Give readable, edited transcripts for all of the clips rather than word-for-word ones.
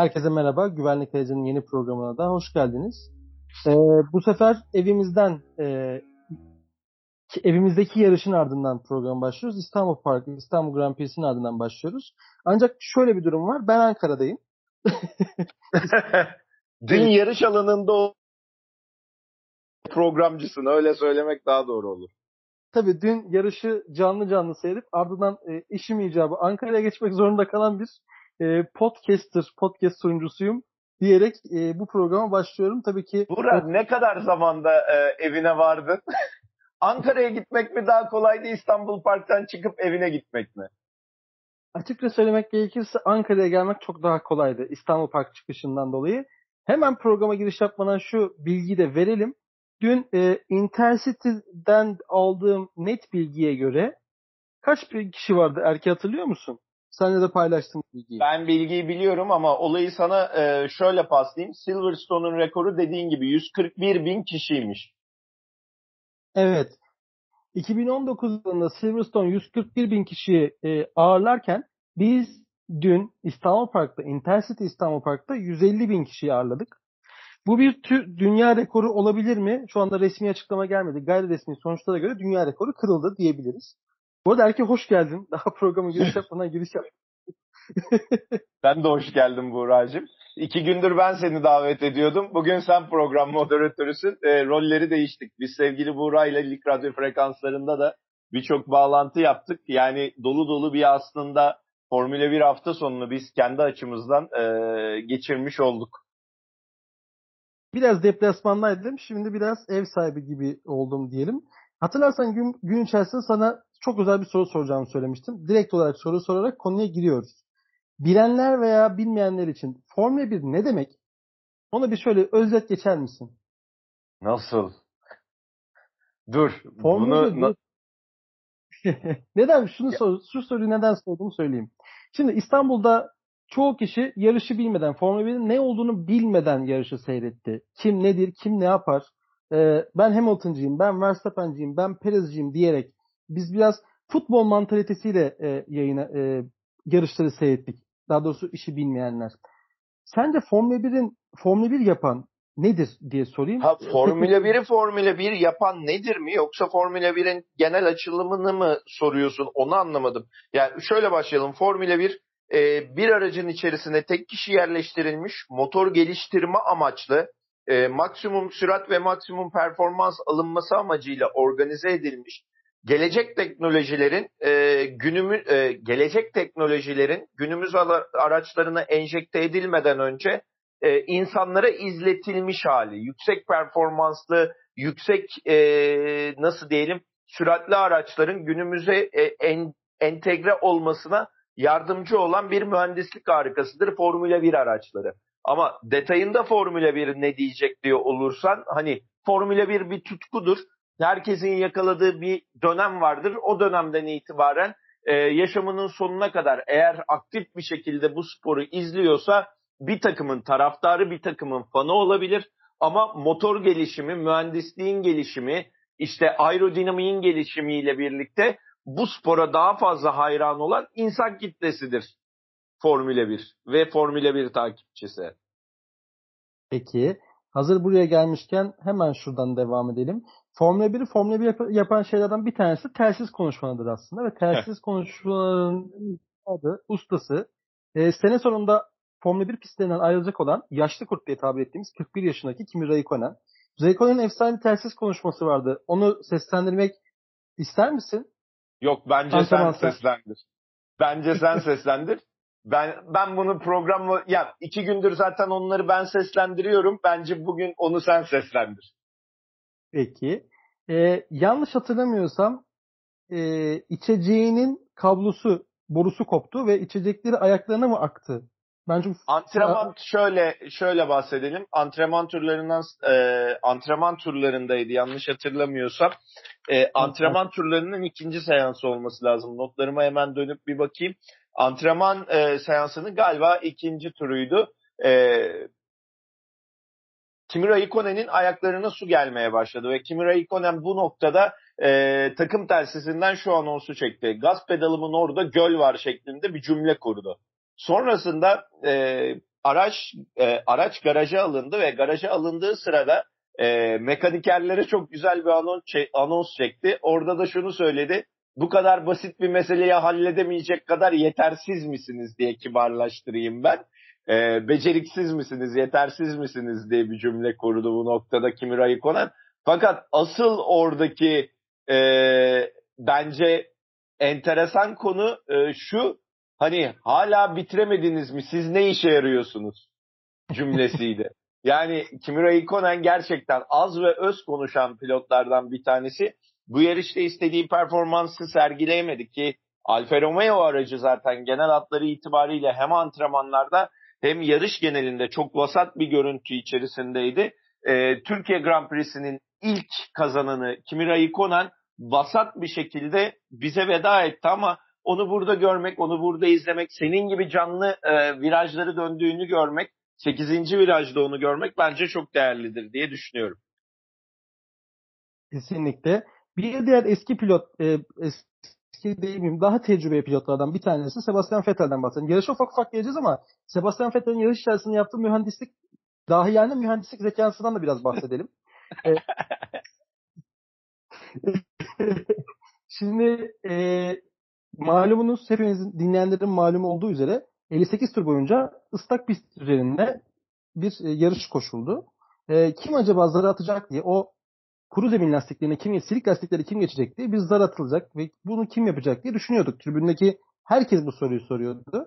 Herkese merhaba. Güvenlik Aracı'nın yeni programına da hoş geldiniz. Bu sefer evimizdeki yarışın ardından program başlıyoruz. İstanbul Parkı, İstanbul Grand Prix'sinin ardından başlıyoruz. Ancak şöyle bir durum var. Ben Ankara'dayım. Dün Evet. yarış alanında o programcısın. Öyle söylemek daha doğru olur. Tabii dün yarışı canlı canlı seyredip ardından işim icabı Ankara'ya geçmek zorunda kalan bir podcast sunucusuyum diyerek bu programa başlıyorum. Tabii ki Burak, ne kadar zamanda evine vardın? Ankara'ya gitmek mi daha kolaydı, İstanbul Park'tan çıkıp evine gitmek mi? açıkça söylemek gerekirse Ankara'ya gelmek çok daha kolaydı İstanbul Park çıkışından dolayı. Hemen programa giriş yapmadan şu bilgiyi de verelim. Dün Intercity'den aldığım net bilgiye göre kaç bir kişi vardı Erki, hatırlıyor musun? Seninle de paylaştım bilgiyi. Ben bilgiyi biliyorum ama olayı sana şöyle paslayayım. Silverstone'un rekoru dediğin gibi 141 bin kişiymiş. Evet. 2019 yılında Silverstone 141 bin kişiyi ağırlarken biz dün İstanbul Park'ta, Intercity İstanbul Park'ta 150 bin kişiyi ağırladık. Bu bir dünya rekoru olabilir mi? Şu anda resmi açıklama gelmedi. Gayri resmi sonuçlara göre dünya rekoru kırıldı diyebiliriz. Bu arada Erke, hoş geldin. Daha programa giriş yapmadan giriş yap. Ben de hoş geldin Buğra'cığım. 2 gündür ben seni davet ediyordum. Bugün sen program moderatörüsün. Rolleri değiştik. Biz sevgili Buğra ile Lig Radyo frekanslarında da birçok bağlantı yaptık. Yani dolu dolu bir aslında Formula 1 hafta sonunu biz kendi açımızdan geçirmiş olduk. Biraz deplasmandaydım. Şimdi biraz ev sahibi gibi oldum diyelim. Hatırlarsan gün içerisinde sana çok özel bir soru soracağımı söylemiştim. Direkt olarak soru sorarak konuya giriyoruz. Bilenler veya bilmeyenler için Formula 1 ne demek? Onu bir şöyle özet geçer misin? Nasıl? Dur. Formula Bunu 1 neden şu soruyu neden sorduğumu söyleyeyim. Şimdi İstanbul'da çoğu kişi yarışı bilmeden, Formula 1'in ne olduğunu bilmeden yarışı seyretti. Kim nedir, kim ne yapar? Ben Hamilton'cıyım, ben Verstappen'ciyim, ben Perez'ciyim diyerek biz biraz futbol mantalitesiyle yarışları seyrettik. Daha doğrusu işi bilmeyenler. Sence Formula 1 yapan nedir diye sorayım. Formula 1'i Formula 1 yapan nedir mi, yoksa Formula 1'in genel açılımını mı soruyorsun? Onu anlamadım. Yani şöyle başlayalım. Formula 1 bir aracın içerisine tek kişi yerleştirilmiş, motor geliştirme amaçlı, maksimum sürat ve maksimum performans alınması amacıyla organize edilmiş, gelecek teknolojilerin günümüz araçlarına enjekte edilmeden önce insanlara izletilmiş hali, yüksek performanslı, yüksek nasıl diyelim, süratli araçların günümüze entegre olmasına yardımcı olan bir mühendislik harikasıdır Formula 1 araçları. Ama detayında Formula 1 ne diyecek diye olursan, hani Formula 1 bir tutkudur. Herkesin yakaladığı bir dönem vardır. O dönemden itibaren yaşamının sonuna kadar eğer aktif bir şekilde bu sporu izliyorsa bir takımın taraftarı, bir takımın fanı olabilir. Ama motor gelişimi, mühendisliğin gelişimi, işte aerodinamiğin gelişimiyle birlikte bu spora daha fazla hayran olan insan kitlesidir Formula 1 ve Formula 1 takipçisi. Peki, hazır buraya gelmişken hemen şuradan devam edelim. Formula 1 yapan şeylerden bir tanesi telsiz konuşmalarıdır aslında ve telsiz konuşmaların ustası sene sonunda Formula 1 pistlerinden ayrılacak olan yaşlı kurt diye tabir ettiğimiz 41 yaşındaki Kimi Räikkönen. Räikkönen'in efsane bir telsiz konuşması vardı. Onu seslendirmek ister misin? Yok, bence sen seslendir. Bence sen seslendir. Ben bunu programı, ya 2 gündür zaten onları ben seslendiriyorum. Bence bugün onu sen seslendir. Peki. Yanlış hatırlamıyorsam içeceğinin borusu koptu ve içecekleri ayaklarına mı aktı? Bence Antrenman şöyle bahsedelim. Antrenman turlarındaydı yanlış hatırlamıyorsam. Antrenman turlarının ikinci seansı olması lazım. Notlarıma hemen dönüp bir bakayım. Antrenman seansının galiba ikinci turuydu. Kimi Räikkönen'in ayaklarına su gelmeye başladı ve Kimi Räikkönen bu noktada takım telsizinden şu anonsu çekti. Gaz pedalımın orada göl var şeklinde bir cümle kurdu. Sonrasında araç garaja alındı ve garaja alındığı sırada mekanikerlere çok güzel bir anons çekti. Orada da şunu söyledi. Bu kadar basit bir meseleyi halledemeyecek kadar yetersiz misiniz diye kibarlaştırayım ben. Beceriksiz misiniz, yetersiz misiniz diye bir cümle kurdu bu noktada Kimi Räikkönen. Fakat asıl oradaki bence enteresan konu şu, hani hala bitiremediniz mi, siz ne işe yarıyorsunuz cümlesiydi. Yani Kimi Räikkönen gerçekten az ve öz konuşan pilotlardan bir tanesi. Bu yarışta istediği performansı sergileyemedi ki Alfa Romeo aracı zaten genel hatları itibariyle hem antrenmanlarda hem yarış genelinde çok vasat bir görüntü içerisindeydi. Türkiye Grand Prix'sinin ilk kazananı Kimi Räikkönen vasat bir şekilde bize veda etti ama onu burada görmek, onu burada izlemek, senin gibi canlı virajları döndüğünü görmek, 8. virajda onu görmek bence çok değerlidir diye düşünüyorum. Kesinlikle. Bir diğer eski pilot, eski değil miyim, daha tecrübeli pilotlardan bir tanesi Sebastian Vettel'den bahsedelim. Yarışa ufak ufak geleceğiz ama Sebastian Vettel'in yarış içerisinde yaptığı mühendislik, dahi yani mühendislik zekasından da biraz bahsedelim. Şimdi malumunuz, hepimizin, dinleyenlerin malumu olduğu üzere 58 tur boyunca ıslak pist üzerinde bir yarış koşuldu. Kim acaba zar atacak diye, o kuru zemin lastiklerine silik lastikleri kim geçecek diye bir zar atılacak ve bunu kim yapacak diye düşünüyorduk. Tribündeki herkes bu soruyu soruyordu.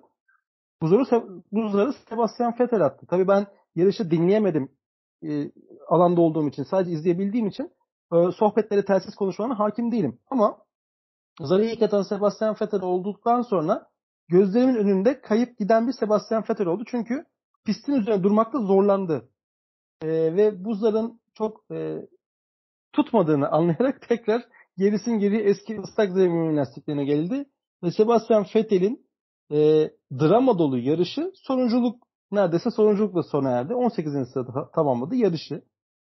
Bu zarı Sebastian Vettel attı. Tabii ben yarışı dinleyemedim alanda olduğum için, sadece izleyebildiğim için sohbetlere telsiz konuşmana hakim değilim. Ama zarı ilk atan Sebastian Vettel olduktan sonra gözlerimin önünde kayıp giden bir Sebastian Vettel oldu. Çünkü pistin üzerine durmakta zorlandı. Ve bu zarın çok tutmadığını anlayarak tekrar geri eski ıslak zemin lastiklerine geldi. Ve Sebastian Vettel'in drama dolu yarışı neredeyse sonunculukla sona erdi. 18. sırada tamamladı yarışı.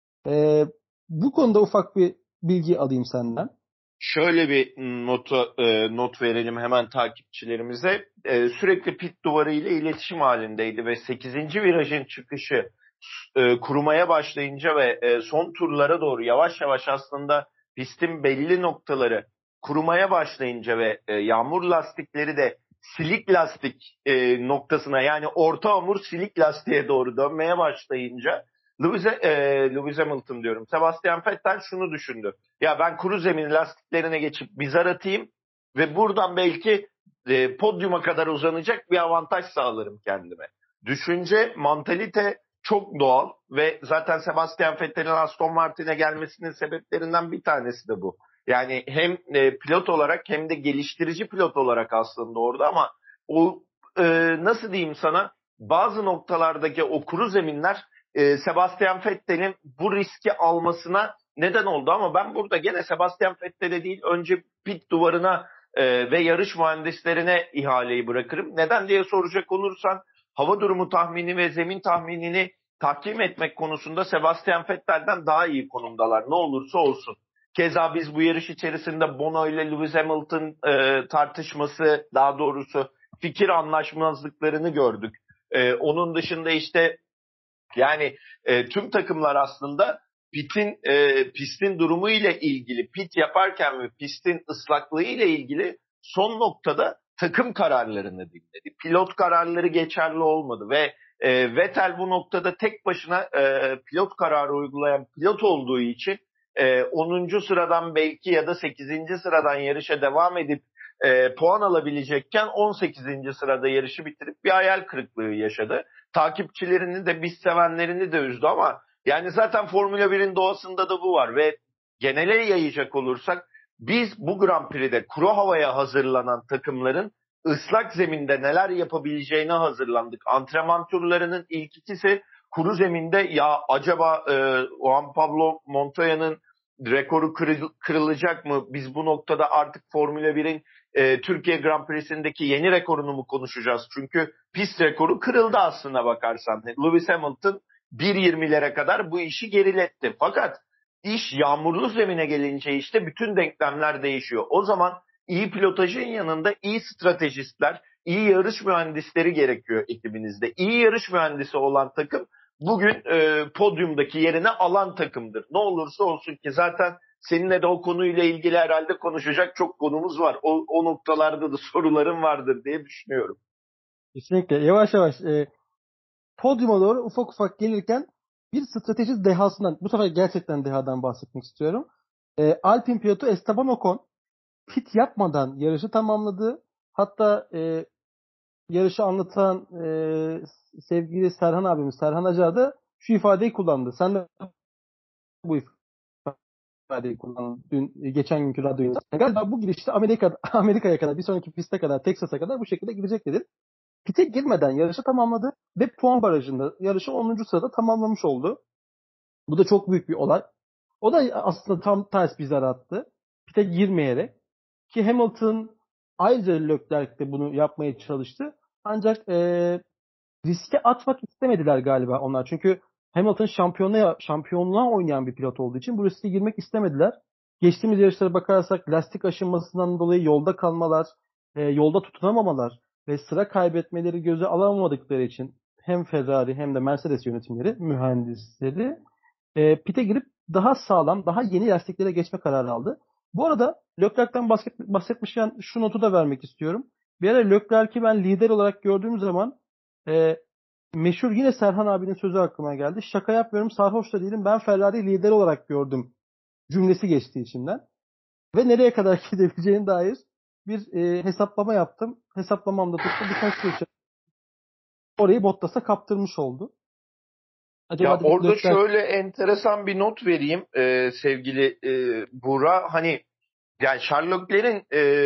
Bu konuda ufak bir bilgi alayım senden. Şöyle bir not verelim hemen takipçilerimize. Sürekli pit duvarı ile iletişim halindeydi ve 8. virajın çıkışı kurumaya başlayınca ve son turlara doğru yavaş yavaş aslında pistin belli noktaları kurumaya başlayınca ve yağmur lastikleri de silik lastik noktasına, yani orta hamur silik lastiğe doğru dönmeye başlayınca Lewis Hamilton diyorum, Sebastian Vettel şunu düşündü. Ya ben kuru zemin lastiklerine geçip bir zar atayım ve buradan belki podyuma kadar uzanacak bir avantaj sağlarım kendime. Düşünce, mantalite çok doğal ve zaten Sebastian Vettel'in Aston Martin'e gelmesinin sebeplerinden bir tanesi de bu. Yani hem pilot olarak hem de geliştirici pilot olarak aslında orada, ama o nasıl diyeyim sana, bazı noktalardaki o kuru zeminler Sebastian Vettel'in bu riski almasına neden oldu. Ama ben burada gene Sebastian Vettel'e değil, önce pit duvarına ve yarış mühendislerine ihaleyi bırakırım. Neden diye soracak olursan, hava durumu tahmini ve zemin tahminini tahkim etmek konusunda Sebastian Vettel'den daha iyi konumdalar ne olursa olsun. Keza biz bu yarış içerisinde Bono ile Lewis Hamilton tartışması, daha doğrusu fikir anlaşmazlıklarını gördük. Onun dışında işte yani tüm takımlar aslında pistin durumu ile ilgili, pit yaparken ve pistin ıslaklığı ile ilgili son noktada takım kararlarını dinledi. Pilot kararları geçerli olmadı ve Vettel bu noktada tek başına pilot kararı uygulayan pilot olduğu için 10. sıradan belki ya da 8. sıradan yarışa devam edip puan alabilecekken 18. sırada yarışı bitirip bir hayal kırıklığı yaşadı. Takipçilerini de, biz sevenlerini de üzdü ama yani zaten Formula 1'in doğasında da bu var ve genele yayacak olursak, biz bu Grand Prix'de kuru havaya hazırlanan takımların ıslak zeminde neler yapabileceğine hazırlandık. Antrenman turlarının ilk ikisi kuru zeminde, ya acaba Juan Pablo Montoya'nın rekoru kırılacak mı? Biz bu noktada artık Formula 1'in Türkiye Grand Prix'sindeki yeni rekorunu mu konuşacağız? Çünkü pist rekoru kırıldı aslına bakarsan. Lewis Hamilton 1.20'lere kadar bu işi geriletti. Fakat iş yağmurlu zemine gelince işte bütün denklemler değişiyor. O zaman iyi pilotajın yanında iyi stratejistler, iyi yarış mühendisleri gerekiyor ekibinizde. İyi yarış mühendisi olan takım bugün podyumdaki yerini alan takımdır. Ne olursa olsun ki zaten seninle de o konuyla ilgili herhalde konuşacak çok konumuz var. O noktalarda da sorularım vardır diye düşünüyorum. Kesinlikle. Yavaş yavaş podyuma doğru ufak ufak gelirken bir strateji dehasından, bu sefer gerçekten dehadan bahsetmek istiyorum. Alpine pilotu Esteban Ocon pit yapmadan yarışı tamamladı. Hatta yarışı anlatan sevgili Serhan abimiz, Serhan Acar da şu ifadeyi kullandı. Sen de bu ifadeyi kullandın geçen günkü radyoda. Galiba bu girişte Amerika'ya kadar, bir sonraki piste kadar, Texas'a kadar bu şekilde gidecek dedi. Pite girmeden yarışı tamamladı ve puan barajında yarışı 10. sırada tamamlamış oldu. Bu da çok büyük bir olay. O da aslında tam ters bir zar attı. Pite girmeyerek. Ki Hamilton ayrıca Leclerc de bunu yapmaya çalıştı. Ancak riske atmak istemediler galiba onlar. Çünkü Hamilton şampiyonluğa oynayan bir pilot olduğu için bu riske girmek istemediler. Geçtiğimiz yarışlara bakarsak lastik aşınmasından dolayı yolda kalmalar, yolda tutunamamalar ve sıra kaybetmeleri göze alamadıkları için hem Ferrari hem de Mercedes yönetimleri, mühendisleri pite girip daha sağlam, daha yeni lastiklere geçme kararı aldı. Bu arada Leclerc'ten bahsetmişken şu notu da vermek istiyorum. Bir ara Leclerc'i ben lider olarak gördüğüm zaman meşhur yine Serhan abinin sözü aklıma geldi. Şaka yapmıyorum, sarhoş da değilim. Ben Ferrari lider olarak gördüm cümlesi geçti içimden. Ve nereye kadar gidebileceğine dair bir hesaplama yaptım. Hesaplamamda tuttu. Birkaç tur orayı Bottas'a kaptırmış oldu. Acaba ya orada şöyle enteresan bir not vereyim sevgili Buğra. Hani yani Sherlock'lerin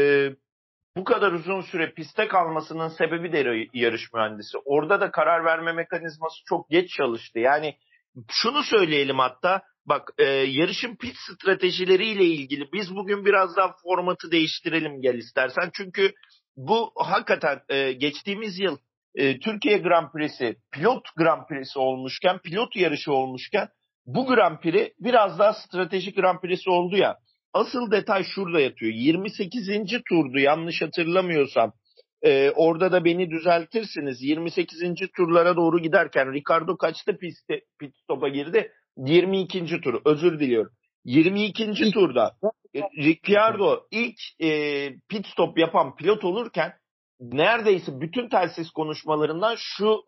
bu kadar uzun süre piste kalmasının sebebi de yarış mühendisi. Orada da karar verme mekanizması çok geç çalıştı. Yani şunu söyleyelim hatta bak yarışın pit stratejileriyle ilgili biz bugün biraz daha formatı değiştirelim gel istersen. Çünkü bu hakikaten geçtiğimiz yıl Türkiye Grand Prix'si pilot Grand Prix'si olmuşken, pilot yarışı olmuşken bu Grand Prix biraz daha stratejik Grand Prix'si oldu ya. Asıl detay şurada yatıyor. 28. turdu yanlış hatırlamıyorsam. Orada da beni düzeltirsiniz. 28. turlara doğru giderken Ricardo kaçta pit stop'a girdi? 22. turu. Özür diliyorum. 22. turda Ricciardo ilk pit stop yapan pilot olurken neredeyse bütün telsiz konuşmalarından şu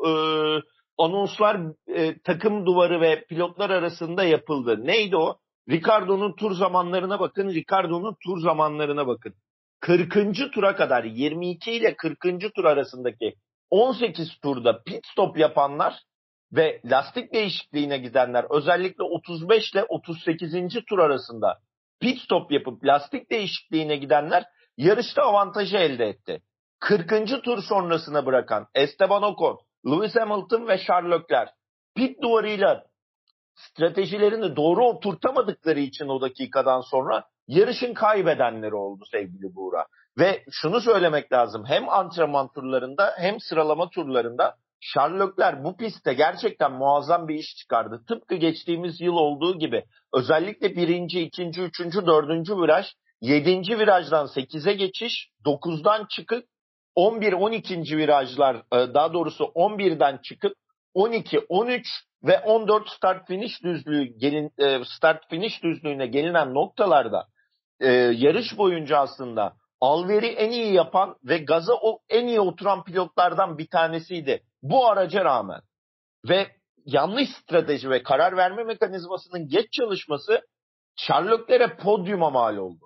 anonslar takım duvarı ve pilotlar arasında yapıldı. Neydi o? Ricardo'nun tur zamanlarına bakın, Ricardo'nun tur zamanlarına bakın. 40. tura kadar 22 ile 40. tur arasındaki 18 turda pit stop yapanlar ve lastik değişikliğine gidenler özellikle 35 ile 38. tur arasında pit stop yapıp lastik değişikliğine gidenler yarışta avantajı elde etti. 40. tur sonrasına bırakan Esteban Ocon, Lewis Hamilton ve Charles Leclerc pit duvarıyla stratejilerini doğru oturtamadıkları için o dakikadan sonra yarışın kaybedenleri oldu sevgili Buğra. Ve şunu söylemek lazım, hem antrenman turlarında hem sıralama turlarında Charles Leclerc bu pistte gerçekten muazzam bir iş çıkardı. Tıpkı geçtiğimiz yıl olduğu gibi özellikle 1. 2. 3. 4. viraj, 7. virajdan 8'e geçiş, 9'dan çıkıp 11, 12. virajlar daha doğrusu 11'den çıkıp 12, 13 ve 14 start finish düzlüğüne gelinen noktalarda yarış boyunca aslında alveri en iyi yapan ve gaza en iyi oturan pilotlardan bir tanesiydi bu araca rağmen. Ve yanlış strateji ve karar verme mekanizmasının geç çalışması Sherlock'lere podyuma mal oldu.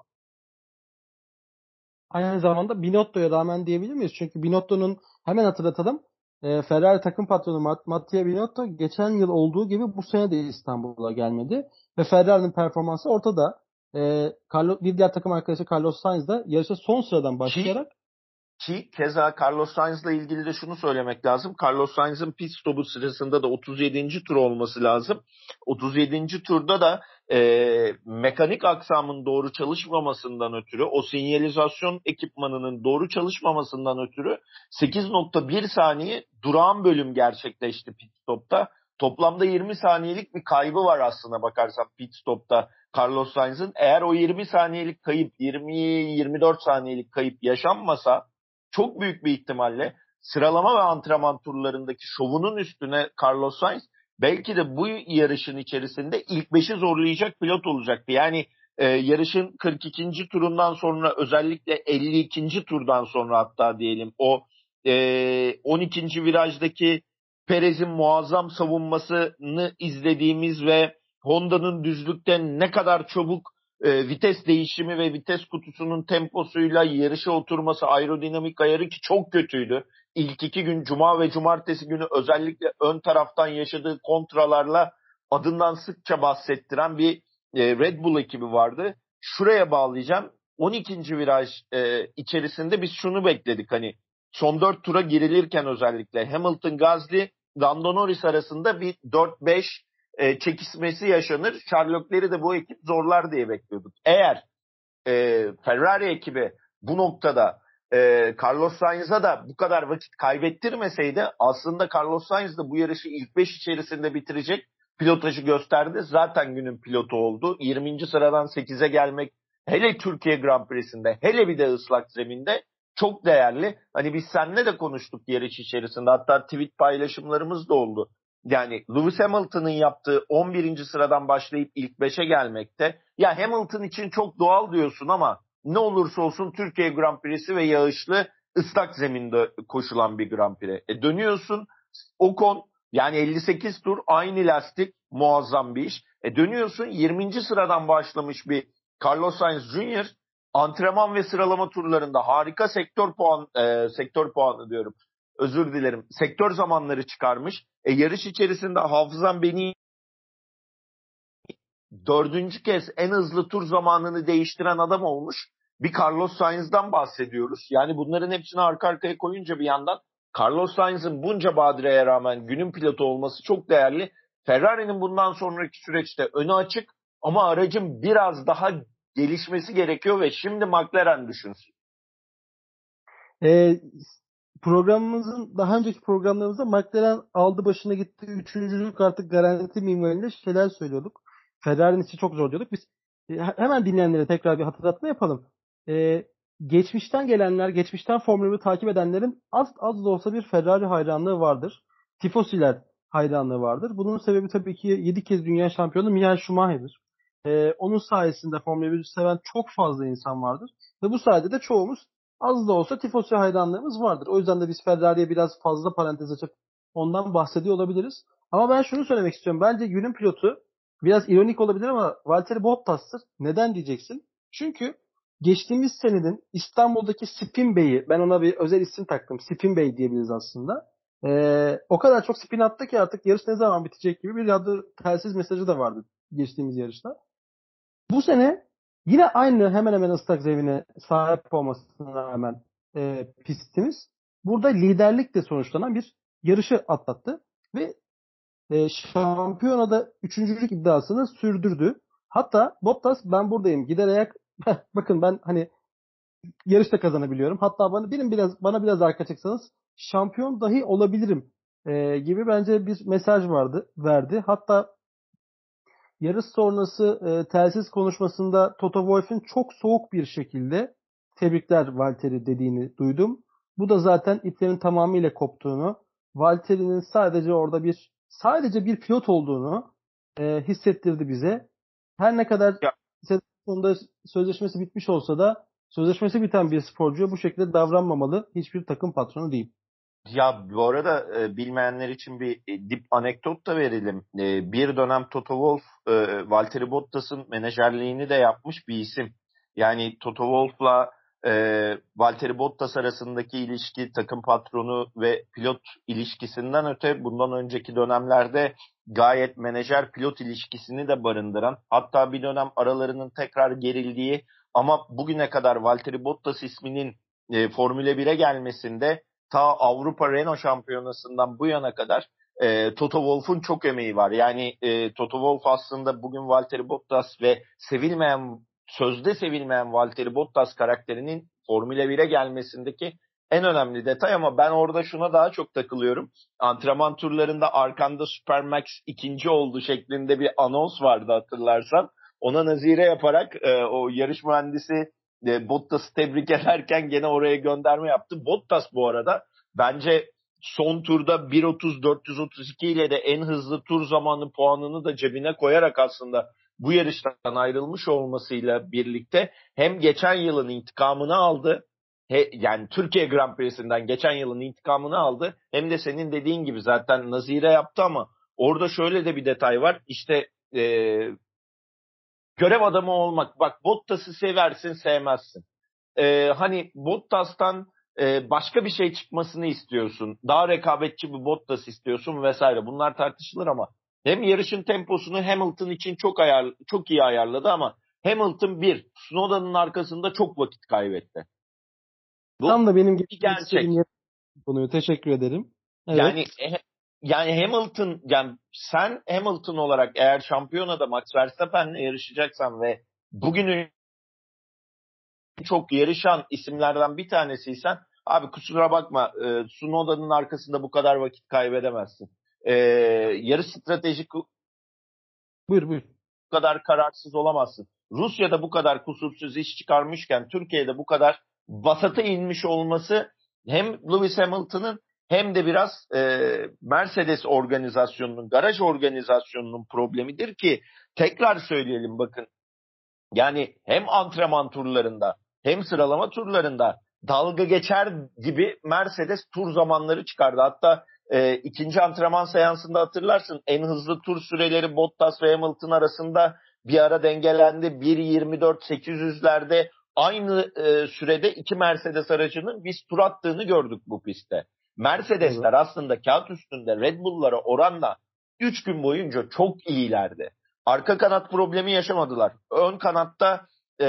Aynı zamanda Binotto'ya rağmen diyebilir miyiz? Çünkü Binotto'nun hemen hatırlatalım. Ferrari takım patronu Mattia Binotto geçen yıl olduğu gibi bu sene de İstanbul'a gelmedi. Ve Ferrari'nin performansı ortada. Bir diğer takım arkadaşı Carlos Sainz da yarışa son sıradan başlayarak ki keza Carlos Sainz'la ilgili de şunu söylemek lazım. Carlos Sainz'ın pit stopu sırasında da 37. tur olması lazım. 37. turda da mekanik aksamın doğru çalışmamasından ötürü, o sinyalizasyon ekipmanının doğru çalışmamasından ötürü 8.1 saniye durağan bölüm gerçekleşti pit stopta. Toplamda 20 saniyelik bir kaybı var aslına bakarsan pit stopta Carlos Sainz'ın. Eğer o 20 saniyelik kayıp, 20-24 saniyelik kayıp yaşanmasa çok büyük bir ihtimalle sıralama ve antrenman turlarındaki şovunun üstüne Carlos Sainz belki de bu yarışın içerisinde ilk 5'i zorlayacak pilot olacaktı. Yani yarışın 42. turundan sonra, özellikle 52. turdan sonra hatta diyelim, o 12. virajdaki Perez'in muazzam savunmasını izlediğimiz ve Honda'nın düzlükten ne kadar çabuk vites değişimi ve vites kutusunun temposuyla yarışa oturması, aerodinamik ayarı ki çok kötüydü. İlk 2 gün, cuma ve cumartesi günü özellikle ön taraftan yaşadığı kontralarla adından sıkça bahsettiren bir Red Bull ekibi vardı. Şuraya bağlayacağım. 12. viraj içerisinde biz şunu bekledik, hani son 4 tura girilirken özellikle Hamilton, Gasly, Lando Norris arasında bir 4-5 çekişmesi yaşanır. Sherlock'leri de bu ekip zorlar diye bekliyorduk. Eğer Ferrari ekibi bu noktada Carlos Sainz'a da bu kadar vakit kaybettirmeseydi, aslında Carlos Sainz de bu yarışı ilk 5 içerisinde bitirecek pilotajı gösterdi. Zaten günün pilotu oldu. 20. sıradan 8'e gelmek, hele Türkiye Grand Prix'sinde, hele bir de ıslak zeminde çok değerli. Hani biz seninle de konuştuk yarış içerisinde. Hatta tweet paylaşımlarımız da oldu. Yani Lewis Hamilton'ın yaptığı 11. sıradan başlayıp ilk 5'e gelmekte. Ya Hamilton için çok doğal diyorsun ama ne olursa olsun Türkiye Grand Prix'si ve yağışlı ıslak zeminde koşulan bir Grand Prix. Dönüyorsun Ocon, yani 58 tur aynı lastik, muazzam bir iş. Dönüyorsun 20. sıradan başlamış bir Carlos Sainz Jr. antrenman ve sıralama turlarında harika sektör puanı diyorum. Özür dilerim. Sektör zamanları çıkarmış. Yarış içerisinde hafızam beni 4. kez en hızlı tur zamanını değiştiren adam olmuş. Bir Carlos Sainz'dan bahsediyoruz. Yani bunların hepsini arka arkaya koyunca bir yandan Carlos Sainz'ın bunca badireye rağmen günün pilotu olması çok değerli. Ferrari'nin bundan sonraki süreçte önü açık ama aracın biraz daha gelişmesi gerekiyor ve şimdi McLaren düşünsün. Programımızın daha önceki programlarımızda McLaren aldı başına gitti. Üçüncülük artık garanti minvalinde şeyler söylüyorduk. Ferrari'nin içi çok zor diyorduk. Biz hemen dinleyenlere tekrar bir hatırlatma yapalım. Geçmişten gelenler, geçmişten Formula 1 takip edenlerin az da olsa bir Ferrari hayranlığı vardır. Tifosiler hayranlığı vardır. Bunun sebebi tabii ki 7 kez dünya şampiyonu Michael Schumacher. Onun sayesinde Formula 1'i seven çok fazla insan vardır. Ve bu sayede de çoğumuz az da olsa tifosi hayranlığımız vardır. O yüzden de biz Ferrari'ye biraz fazla parantez açıp ondan bahsediyor olabiliriz. Ama ben şunu söylemek istiyorum. Bence günün pilotu biraz ironik olabilir ama Valtteri Bottas'tır. Neden diyeceksin? Çünkü geçtiğimiz senenin İstanbul'daki Spin Bey'i, ben ona bir özel isim taktım. Spin Bey diyebiliriz aslında. O kadar çok spin attı ki artık yarış ne zaman bitecek gibi bir adı telsiz mesajı da vardı geçtiğimiz yarışta. Bu sene yine aynı hemen hemen ıslak zemine sahip olmasına rağmen pistimiz burada liderlikle sonuçlanan bir yarışı atlattı ve şampiyonada üçüncülük iddiasını sürdürdü. Hatta Bottas ben buradayım gider ayak bakın ben hani yarışta kazanabiliyorum. Hatta bana biraz arka çekseniz şampiyon dahi olabilirim gibi bence bir mesaj verdi. Hatta yarış sonrası telsiz konuşmasında Toto Wolff'ün çok soğuk bir şekilde tebrikler Valtteri dediğini duydum. Bu da zaten iplerin tamamıyla koptuğunu, Valtteri'nin sadece bir pilot olduğunu hissettirdi bize. Her ne kadar sonunda sözleşmesi bitmiş olsa da sözleşmesi biten bir sporcuya bu şekilde davranmamalı hiçbir takım patronu değil. Ya bu arada bilmeyenler için bir dip anekdot da verelim. Bir dönem Toto Wolff Valtteri Bottas'ın menajerliğini de yapmış bir isim. Yani Toto Wolff'la Valtteri Bottas arasındaki ilişki takım patronu ve pilot ilişkisinden öte bundan önceki dönemlerde gayet menajer pilot ilişkisini de barındıran, hatta bir dönem aralarının tekrar gerildiği ama bugüne kadar Valtteri Bottas isminin Formula 1'e gelmesinde ta Avrupa Renault Şampiyonası'ndan bu yana kadar Toto Wolff'un çok emeği var. Yani Toto Wolff aslında bugün Valtteri Bottas ve sözde sevilmeyen Valtteri Bottas karakterinin Formula 1'e gelmesindeki en önemli detay, ama ben orada şuna daha çok takılıyorum. Antrenman turlarında arkanda Supermax ikinci oldu şeklinde bir anons vardı hatırlarsan. Ona nazire yaparak o yarış mühendisi Bottas'ı tebrik ederken gene oraya gönderme yaptı. Bottas bu arada bence son turda 1.30-432 ile de en hızlı tur zamanı puanını da cebine koyarak aslında bu yarıştan ayrılmış olmasıyla birlikte hem geçen yılın intikamını aldı, yani Türkiye Grand Prix'sinden geçen yılın intikamını aldı, hem de senin dediğin gibi zaten nazire yaptı. Ama orada şöyle de bir detay var. İşte görev adamı olmak. Bak, Bottas'ı seversin sevmezsin. Hani Bottas'tan başka bir şey çıkmasını istiyorsun. Daha rekabetçi bir Bottas istiyorsun vesaire. Bunlar tartışılır ama hem yarışın temposunu Hamilton için çok iyi ayarladı ama Hamilton Snowden'ın arkasında çok vakit kaybetti. Bu Tam da benim bir gerçek. Konuyu teşekkür ederim. Evet. Yani Hamilton, yani sen Hamilton olarak eğer şampiyonada Max Verstappen'le yarışacaksan ve bugünün çok yarışan isimlerden bir tanesiysen, abi kusura bakma, Tsunoda'nın arkasında bu kadar vakit kaybedemezsin. Yarış stratejik Buyur. bu kadar kararsız olamazsın. Rusya'da bu kadar kusursuz iş çıkarmışken Türkiye'de bu kadar vasata inmiş olması hem Lewis Hamilton'ın hem de biraz Mercedes organizasyonunun, garaj organizasyonunun problemidir ki tekrar söyleyelim, bakın. Yani hem antrenman turlarında hem sıralama turlarında dalga geçer gibi Mercedes tur zamanları çıkardı. Hatta ikinci antrenman seansında hatırlarsın, en hızlı tur süreleri Bottas ve Hamilton arasında bir ara dengelendi. 1.24.800'lerde aynı sürede iki Mercedes aracının biz tur attığını gördük bu pistte. Mercedesler aslında kağıt üstünde Red Bull'lara oranla 3 gün boyunca çok iyilerdi. Arka kanat problemi yaşamadılar. Ön kanatta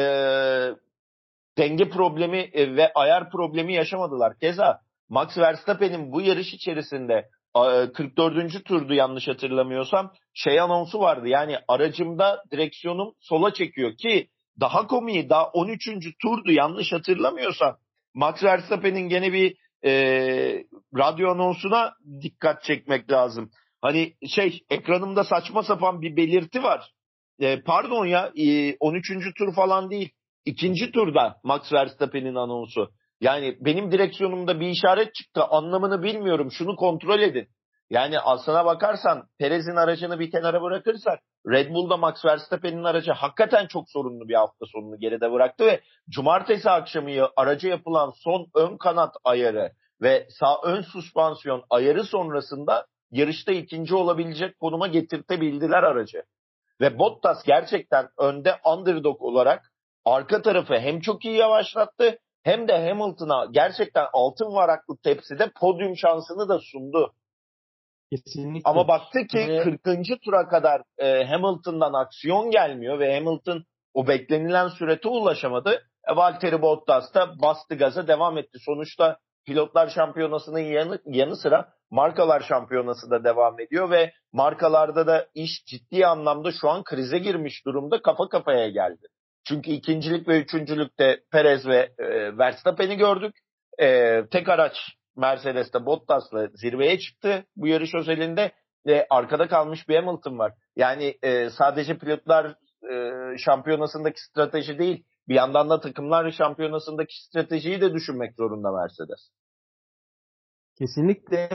denge problemi ve ayar problemi yaşamadılar. Keza Max Verstappen'in bu yarış içerisinde 44. turdu yanlış hatırlamıyorsam, anonsu vardı. Yani aracımda direksiyonum sola çekiyor ki daha komiği, daha 13. turdu yanlış hatırlamıyorsam. Max Verstappen'in gene bir radyo anonsuna dikkat çekmek lazım. Hani ekranımda saçma sapan bir belirti var. Pardon ya, 13. tur falan değil. İkinci turda Max Verstappen'in anonsu. Yani benim direksiyonumda bir işaret çıktı, anlamını bilmiyorum, şunu kontrol edin. Yani aslına bakarsan Perez'in aracını bir kenara bırakırsak Red Bull'da Max Verstappen'in aracı hakikaten çok sorunlu bir hafta sonunu geride bıraktı ve cumartesi akşamı araca yapılan son ön kanat ayarı ve sağ ön süspansiyon ayarı sonrasında yarışta ikinci olabilecek konuma getirtebildiler aracı. Ve Bottas gerçekten önde underdog olarak arka tarafı hem çok iyi yavaşlattı hem de Hamilton'a gerçekten altın varaklı tepside podyum şansını da sundu. Kesinlikle. Ama baktı ki 40. tura kadar Hamilton'dan aksiyon gelmiyor ve Hamilton o beklenilen sürete ulaşamadı. Valtteri Bottas da bastı gaza, devam etti. Sonuçta Pilotlar Şampiyonası'nın yanı sıra Markalar Şampiyonası da devam ediyor ve markalarda da iş ciddi anlamda şu an krize girmiş durumda, kafa kafaya geldi. Çünkü ikincilik ve üçüncülükte Perez ve Verstappen'i gördük. Tek araç Mercedes'te Bottas'la zirveye çıktı bu yarış özelinde ve arkada kalmış bir Hamilton var. Yani sadece Pilotlar Şampiyonası'ndaki strateji değil, bir yandan da takımlar şampiyonasındaki stratejiyi de düşünmek zorunda Mercedes. Kesinlikle.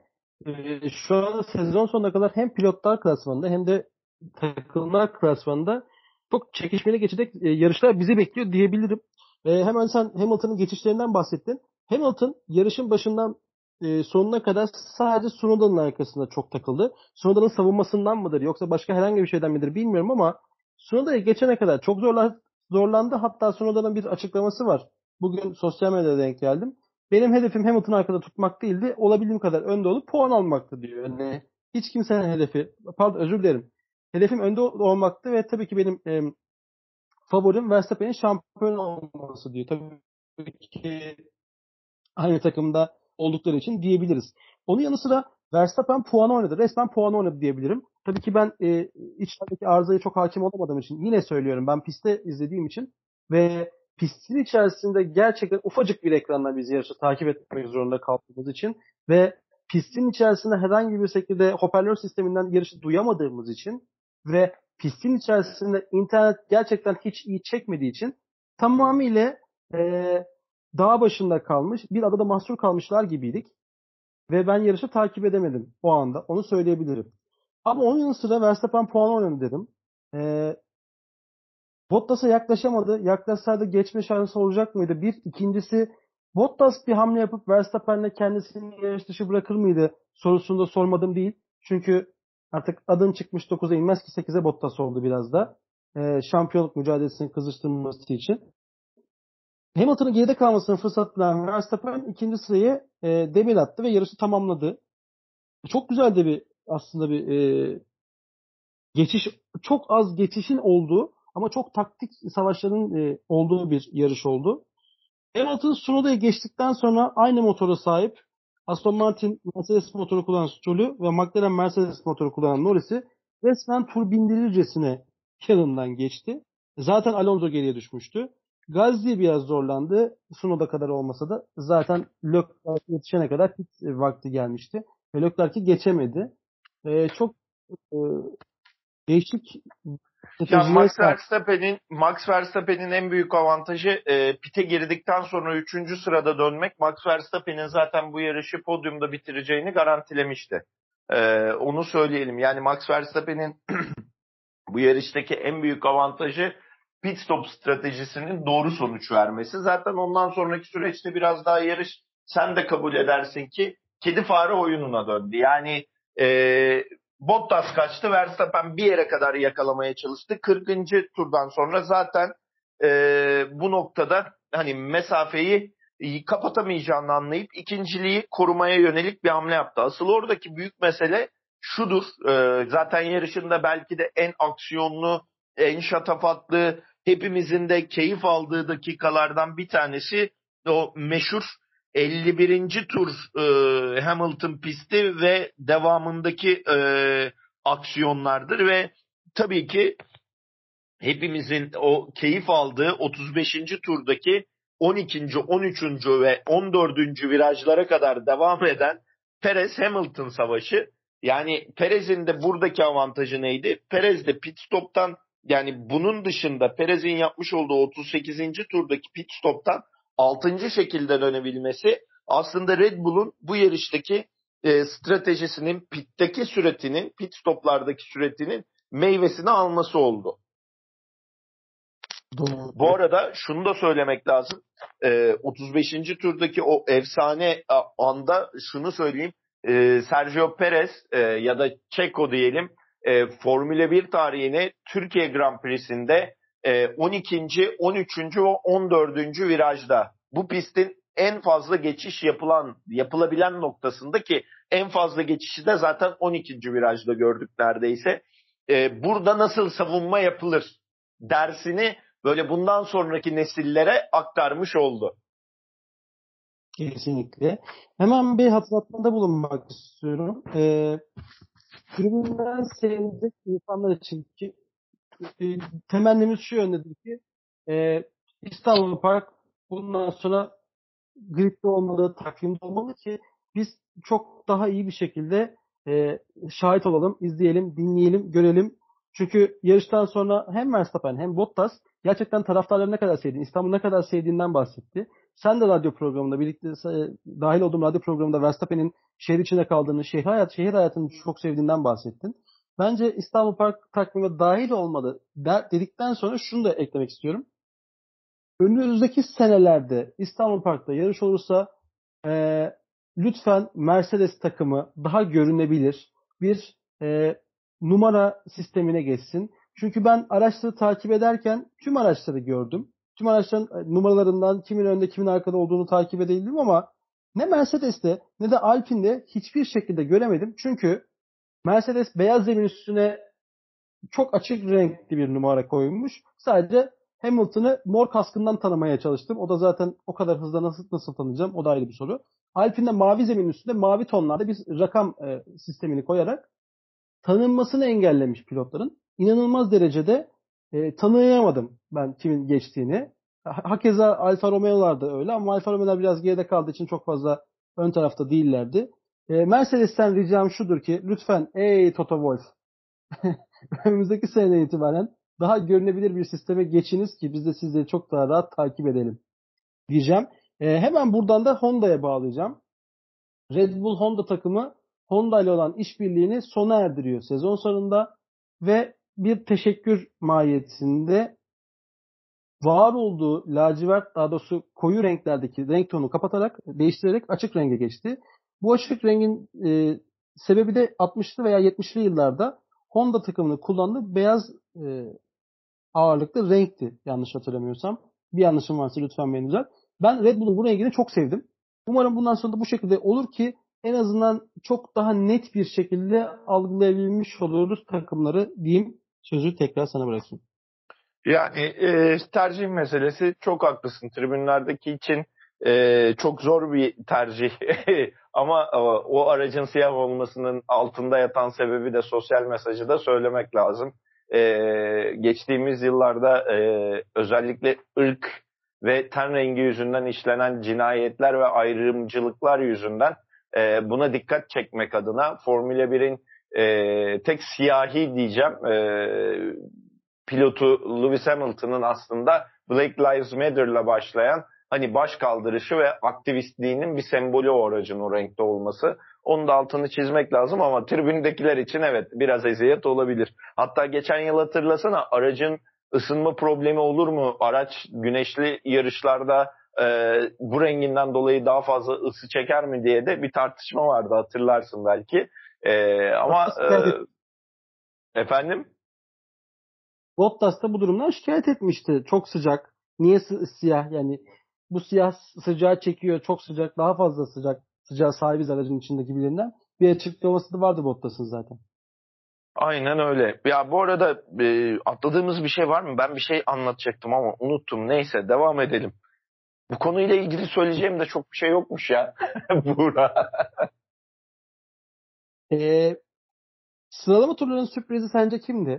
Şu anda sezon sonuna kadar hem pilotlar klasmanında hem de takımlar klasmanında çok çekişmeli geçecek yarışlar bizi bekliyor diyebilirim. Hemen sen Hamilton'ın geçişlerinden bahsettin. Hamilton yarışın başından sonuna kadar sadece Tsunoda'nın arkasında çok takıldı. Tsunoda'nın savunmasından mıdır yoksa başka herhangi bir şeyden midir bilmiyorum ama Tsunoda'ya geçene kadar çok zorlandı. Hatta Tsunoda'nın bir açıklaması var. Bugün sosyal medyada denk geldim. Benim hedefim Hamilton'ı arkada tutmak değildi. Olabildiğim kadar önde olup puan almaktı diyor. Yani hiç kimsenin hedefi, pardon özür dilerim. Hedefim önde olmaktı ve tabii ki benim favorim Verstappen'in şampiyon olması diyor. Tabii ki aynı takımda oldukları için diyebiliriz. Onun yanı sıra Verstappen puanı oynadı. Resmen puanı oynadı diyebilirim. Tabii ki ben içerideki arızaya çok hakim olamadığım için yine söylüyorum. Ben pistte izlediğim için ve pistin içerisinde gerçekten ufacık bir ekranla biz yarışı takip etmek zorunda kaldığımız için ve pistin içerisinde herhangi bir şekilde hoparlör sisteminden yarışı duyamadığımız için ve pistin içerisinde internet gerçekten hiç iyi çekmediği için tamamıyla e, dağ başında kalmış, bir adada mahsur kalmışlar gibiydik. Ve ben yarışı takip edemedim o anda. Onu söyleyebilirim. Ama onun yanı sıra Verstappen puan oynadı dedim. E, Bottas'a yaklaşamadı. Yaklaşsaydı geçme şansı olacak mıydı? Bir. İkincisi, Bottas bir hamle yapıp Verstappen'le kendisini yarış dışı bırakır mıydı sorusunu da sormadım değil. Çünkü artık adın çıkmış 9'a inmez ki 8'e Bottas oldu biraz da. Şampiyonluk mücadelesini kızıştırması için. Hamilton'ın geride kalmasını fırsat bulan Verstappen ikinci sırayı demir attı ve yarışı tamamladı. Çok güzel de bir aslında bir geçiş, çok az geçişin olduğu ama çok taktik savaşların olduğu bir yarış oldu. Hamilton Tsunoda'yı geçtikten sonra aynı motora sahip Aston Martin Mercedes motoru kullanan Stroll'ü ve McLaren Mercedes motoru kullanan Norris'i resmen tur bindirircesine yanından geçti. Zaten Alonso geriye düşmüştü. Gasly biraz zorlandı. Tsunoda kadar olmasa da zaten Leclerc yetişene kadar pit vakti gelmişti. Ve Leclerc'i geçemedi. Çok e, değişik Ya stratejiye sahip. Max Verstappen'in en büyük avantajı pite girdikten sonra 3. sırada dönmek. Max Verstappen'in zaten bu yarışı podyumda bitireceğini garantilemişti. Onu söyleyelim. Yani Max Verstappen'in bu yarıştaki en büyük avantajı pit stop stratejisinin doğru sonuç vermesi. Zaten ondan sonraki süreçte biraz daha yarış, sen de kabul edersin ki, kedi fare oyununa döndü. Yani Bottas kaçtı, Verstappen bir yere kadar yakalamaya çalıştı. 40. turdan sonra zaten bu noktada hani mesafeyi kapatamayacağını anlayıp ikinciliği korumaya yönelik bir hamle yaptı. Asıl oradaki büyük mesele şudur. Zaten yarışında belki de en aksiyonlu, en şatafatlı, hepimizin de keyif aldığı dakikalardan bir tanesi o meşhur 51. tur Hamilton pisti ve devamındaki aksiyonlardır ve tabii ki hepimizin o keyif aldığı 35. turdaki 12. 13. ve 14. virajlara kadar devam eden Perez-Hamilton savaşı. Yani Perez'in de buradaki avantajı neydi? Perez de pit stop'tan, yani bunun dışında Perez'in yapmış olduğu 38. turdaki pit stop'tan 6. şekilde dönebilmesi aslında Red Bull'un bu yarıştaki stratejisinin, pitteki süretinin, pit stop'lardaki süretinin meyvesini alması oldu. Doğru. Bu arada şunu da söylemek lazım. 35. turdaki o efsane anda şunu söyleyeyim. Sergio Perez ya da Checo diyelim, Formula 1 tarihine Türkiye Grand Prix'sinde 12. 13. ve 14. virajda bu pistin en fazla geçiş yapılabilen noktasında, ki en fazla geçişi de zaten 12. virajda gördük neredeyse. Burada nasıl savunma yapılır dersini böyle bundan sonraki nesillere aktarmış oldu. Kesinlikle. Hemen bir hatırlatmada bulunmak istiyorum. Tribünden seyredecek insanlar için ki temennimiz şu yöndedir ki İstanbul Park bundan sonra gridde olmalı, takvimde olmalı ki biz çok daha iyi bir şekilde şahit olalım, izleyelim, dinleyelim, görelim. Çünkü yarıştan sonra hem Verstappen hem Bottas gerçekten taraftarları ne kadar sevdiğini, İstanbul'u ne kadar sevdiğinden bahsetti. Sen de radyo programında birlikte dahil olduğum radyo programında Verstappen'in şehir içinde kaldığını, şehir hayatını çok sevdiğinden bahsettin. Bence İstanbul Park takvime dahil olmalı dedikten sonra şunu da eklemek istiyorum. Önümüzdeki senelerde İstanbul Park'ta yarış olursa lütfen Mercedes takımı daha görünebilir bir numara sistemine geçsin. Çünkü ben araçları takip ederken tüm araçları gördüm. Tüm araçların numaralarından kimin önde kimin arkada olduğunu takip edebildim ama ne Mercedes'te ne de Alpine'de hiçbir şekilde göremedim. Çünkü Mercedes beyaz zemin üstüne çok açık renkli bir numara koymuş. Sadece Hamilton'ı mor kaskından tanımaya çalıştım. O da zaten o kadar hızla nasıl tanıyacağım? O da ayrı bir soru. Alpine'de mavi zemin üstünde mavi tonlarda bir rakam sistemini koyarak tanınmasını engellemiş pilotların. İnanılmaz derecede tanıyamadım ben kimin geçtiğini. Hakeza Alfa Romeo'lar da öyle ama Alfa Romeo'lar biraz geride kaldığı için çok fazla ön tarafta değillerdi. Mercedes'ten ricam şudur ki lütfen ey Toto Wolff önümüzdeki seneden itibaren daha görünebilir bir sisteme geçiniz ki biz de sizleri çok daha rahat takip edelim diyeceğim. Hemen buradan da Honda'ya bağlayacağım. Red Bull Honda takımı Honda ile olan işbirliğini sona erdiriyor sezon sonunda ve bir teşekkür mahiyetinde var olduğu lacivert, daha doğrusu koyu renklerdeki renk tonunu kapatarak, değiştirerek açık renge geçti. Bu açık rengin sebebi de 60'lı veya 70'li yıllarda Honda takımını kullandığı beyaz ağırlıklı renkti, yanlış hatırlamıyorsam. Bir yanlışım varsa lütfen beni düzelt. Ben Red Bull'un bu rengini çok sevdim. Umarım bundan sonra da bu şekilde olur ki en azından çok daha net bir şekilde algılayabilmiş oluruz takımları diyeyim. Sözü tekrar sana bırakayım. Yani tercih meselesi, çok haklısın. Tribünlerdeki için çok zor bir tercih. Ama o aracın siyah olmasının altında yatan sebebi de sosyal mesajı da söylemek lazım. Geçtiğimiz yıllarda özellikle ırk ve ten rengi yüzünden işlenen cinayetler ve ayrımcılıklar yüzünden buna dikkat çekmek adına Formula 1'in tek siyahi diyeceğim pilotu Lewis Hamilton'ın aslında Black Lives Matter'la başlayan hani baş kaldırışı ve aktivistliğinin bir sembolü o aracın o renkte olması. Onun da altını çizmek lazım ama tribündekiler için evet biraz eziyet olabilir. Hatta geçen yıl hatırlasana, aracın ısınma problemi olur mu? Araç güneşli yarışlarda bu renginden dolayı daha fazla ısı çeker mi diye de bir tartışma vardı, hatırlarsın belki. Ama efendim? Bottas da bu durumdan şikayet etmişti. Çok sıcak. Niye siyah? Yani bu siyah sıcağı çekiyor. Çok sıcak. Daha fazla sıcağı sahibiz aracın içinde gibilerinden. Bir açıklaması da vardı Bottas'ın zaten. Aynen öyle. Ya bu arada atladığımız bir şey var mı? Ben bir şey anlatacaktım ama unuttum. Neyse, devam edelim. Bu konuyla ilgili söyleyeceğim de çok bir şey yokmuş ya. Buğra. Sıralama turlarının sürprizi sence kimdi?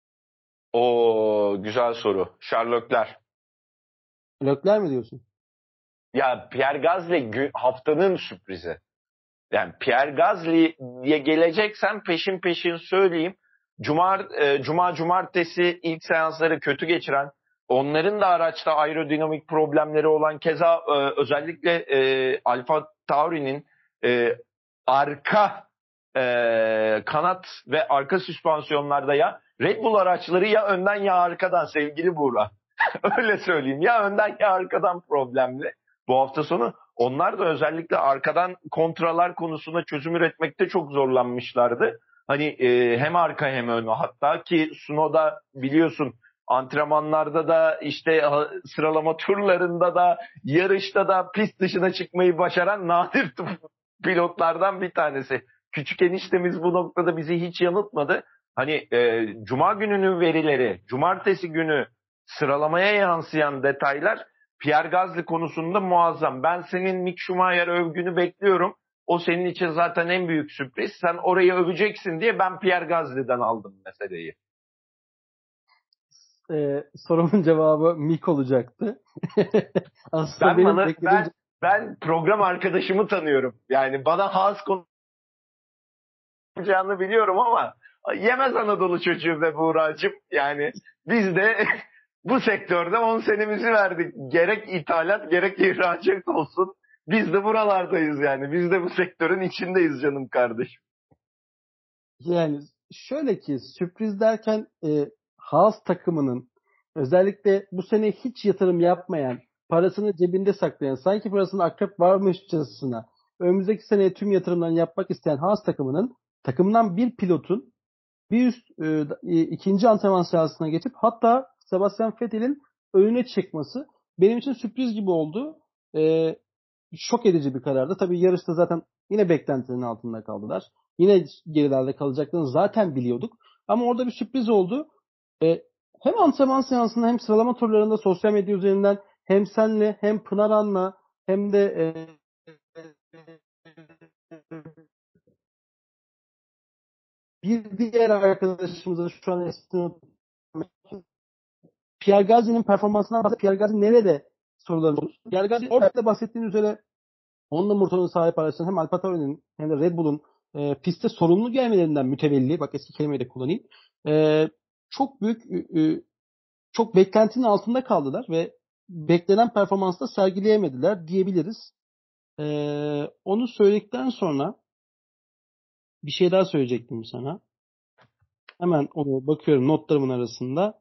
Güzel soru. Sherlockler. Leclerc mi diyorsun? Ya Pierre Gasly haftanın sürprizi. Yani Pierre Gasly'ye geleceksen peşin peşin söyleyeyim. Cumartesi ilk seansları kötü geçiren, onların da araçta aerodinamik problemleri olan, keza özellikle Alfa Tauri'nin arka kanat ve arka süspansiyonlarda ya Red Bull araçları ya önden ya arkadan sevgili Buğra. Öyle söyleyeyim. Ya önden ya arkadan problemli. Bu hafta sonu onlar da özellikle arkadan kontralar konusunda çözüm üretmekte çok zorlanmışlardı. Hani hem arka hem ön, hatta ki Tsunoda biliyorsun antrenmanlarda da işte sıralama turlarında da yarışta da pist dışına çıkmayı başaran nadir pilotlardan bir tanesi. Küçük eniştemiz bu noktada bizi hiç yanıltmadı. Hani Cuma gününün verileri, Cumartesi günü sıralamaya yansıyan detaylar Pierre Gasly konusunda muazzam. Ben senin Mick Schumacher övgünü bekliyorum. O senin için zaten en büyük sürpriz. Sen orayı öveceksin diye ben Pierre Gasly'den aldım meseleyi. Sorumun cevabı Mick olacaktı. Aslında ben program arkadaşımı tanıyorum. Yani bana Haas konuşacağını biliyorum ama yemez Anadolu çocuğu be Buğra'cığım. Yani biz de bu sektörde 10 senemizi verdik. Gerek ithalat gerek ihracat olsun. Biz de buralardayız yani. Biz de bu sektörün içindeyiz canım kardeşim. Yani şöyle ki sürpriz derken Haas takımının özellikle bu sene hiç yatırım yapmayan, parasını cebinde saklayan, sanki parasının akrep varmışçasına önümüzdeki seneye tüm yatırımlarını yapmak isteyen Haas takımından bir pilotun bir üst ikinci antrenman sahasına geçip hatta Sebastian Vettel'in önüne çıkması benim için sürpriz gibi oldu. Şok edici bir karardı. Tabii yarışta zaten yine beklentilerin altında kaldılar. Yine gerilerde kalacaklarını zaten biliyorduk. Ama orada bir sürpriz oldu. Hem antrenman seansında hem sıralama turlarında sosyal medya üzerinden hem senle hem Pınaran'la hem de bir diğer arkadaşımıza şu an Pierre Gasly'nin performansından bahsedip Pierre Gasly nerede sorularımız olur. Pierre Gasly orada bahsettiğin üzere Honda motoruna sahip araçların hem Alfa Tauri'nin hem de Red Bull'un piste sorumlu gelmelerinden mütevelli, bak eski kelimeyi de kullanayım, çok büyük çok beklentinin altında kaldılar ve beklenen performansı da sergileyemediler diyebiliriz. Onu söyledikten sonra bir şey daha söyleyecektim sana. Hemen onu bakıyorum notlarımın arasında.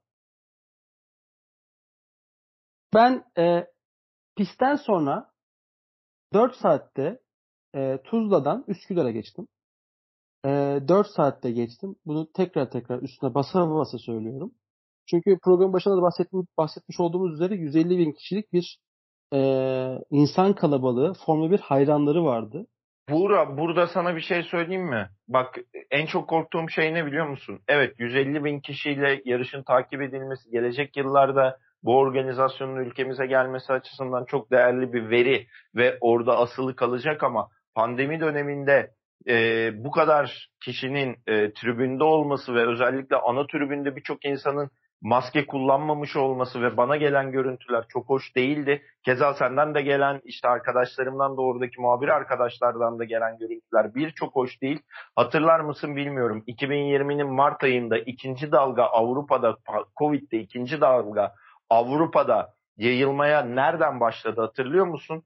Ben pistten sonra 4 saatte Tuzla'dan Üsküdar'a geçtim. 4 saatte geçtim. Bunu tekrar üstüne basa basa söylüyorum. Çünkü program başında da bahsetmiş olduğumuz üzere 150 bin kişilik bir insan kalabalığı, Formula 1 hayranları vardı. Buğra, burada sana bir şey söyleyeyim mi? Bak, en çok korktuğum şey ne biliyor musun? Evet, 150 bin kişiyle yarışın takip edilmesi, gelecek yıllarda bu organizasyonun ülkemize gelmesi açısından çok değerli bir veri ve orada asılı kalacak, ama pandemi döneminde bu kadar kişinin tribünde olması ve özellikle ana tribünde birçok insanın maske kullanmamış olması ve bana gelen görüntüler çok hoş değildi. Keza senden de gelen, işte arkadaşlarımdan da, oradaki muhabir arkadaşlardan da gelen görüntüler birçok hoş değil. Hatırlar mısın bilmiyorum. 2020'nin Mart ayında ikinci dalga Avrupa'da, Covid'de ikinci dalga Avrupa'da yayılmaya nereden başladı hatırlıyor musun?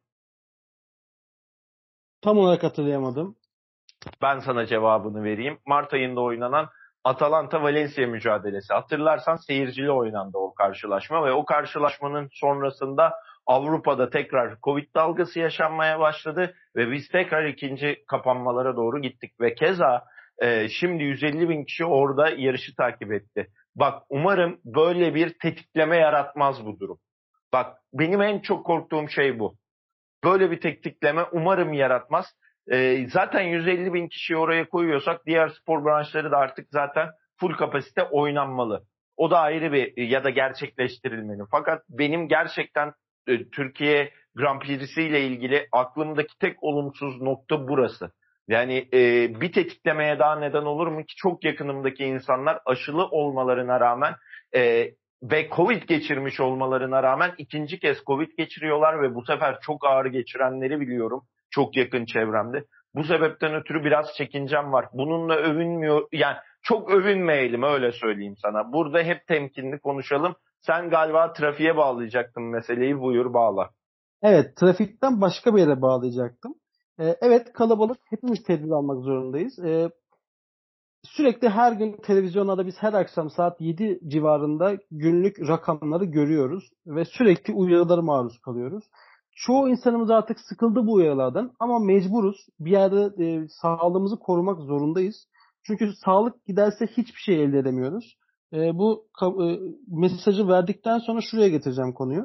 Tam olarak hatırlayamadım. Ben sana cevabını vereyim. Mart ayında oynanan Atalanta-Valencia mücadelesi. Hatırlarsan seyircili oynandı o karşılaşma ve o karşılaşmanın sonrasında Avrupa'da tekrar Covid dalgası yaşanmaya başladı ve biz tekrar ikinci kapanmalara doğru gittik ve keza şimdi 150 bin kişi orada yarışı takip etti. Bak, umarım böyle bir tetikleme yaratmaz bu durum. Bak, benim en çok korktuğum şey bu. Böyle bir tetikleme umarım yaratmaz. Zaten 150 bin kişiyi oraya koyuyorsak diğer spor branşları da artık zaten full kapasite oynanmalı. O da ayrı bir, ya da gerçekleştirilmeli. Fakat benim gerçekten Türkiye Grand Prix'si ile ilgili aklımdaki tek olumsuz nokta burası. Yani bir tetiklemeye daha neden olur mu ki çok yakınımdaki insanlar aşılı olmalarına rağmen ve Covid geçirmiş olmalarına rağmen ikinci kez Covid geçiriyorlar ve bu sefer çok ağır geçirenleri biliyorum çok yakın çevremde. Bu sebepten ötürü biraz çekincem var. Bununla övünmüyor, yani çok övünmeyelim, öyle söyleyeyim sana. Burada hep temkinli konuşalım. Sen galiba trafiğe bağlayacaktın meseleyi, buyur bağla. Evet, trafikten başka bir yere bağlayacaktım. Evet, kalabalık. Hepimiz tedbir almak zorundayız. Sürekli her gün televizyonlarda biz her akşam saat 7 civarında günlük rakamları görüyoruz ve sürekli uyarılara maruz kalıyoruz. Çoğu insanımız artık sıkıldı bu uyarılardan ama mecburuz. Bir yerde sağlığımızı korumak zorundayız. Çünkü sağlık giderse hiçbir şey elde edemiyoruz. Bu mesajı verdikten sonra şuraya getireceğim konuyu.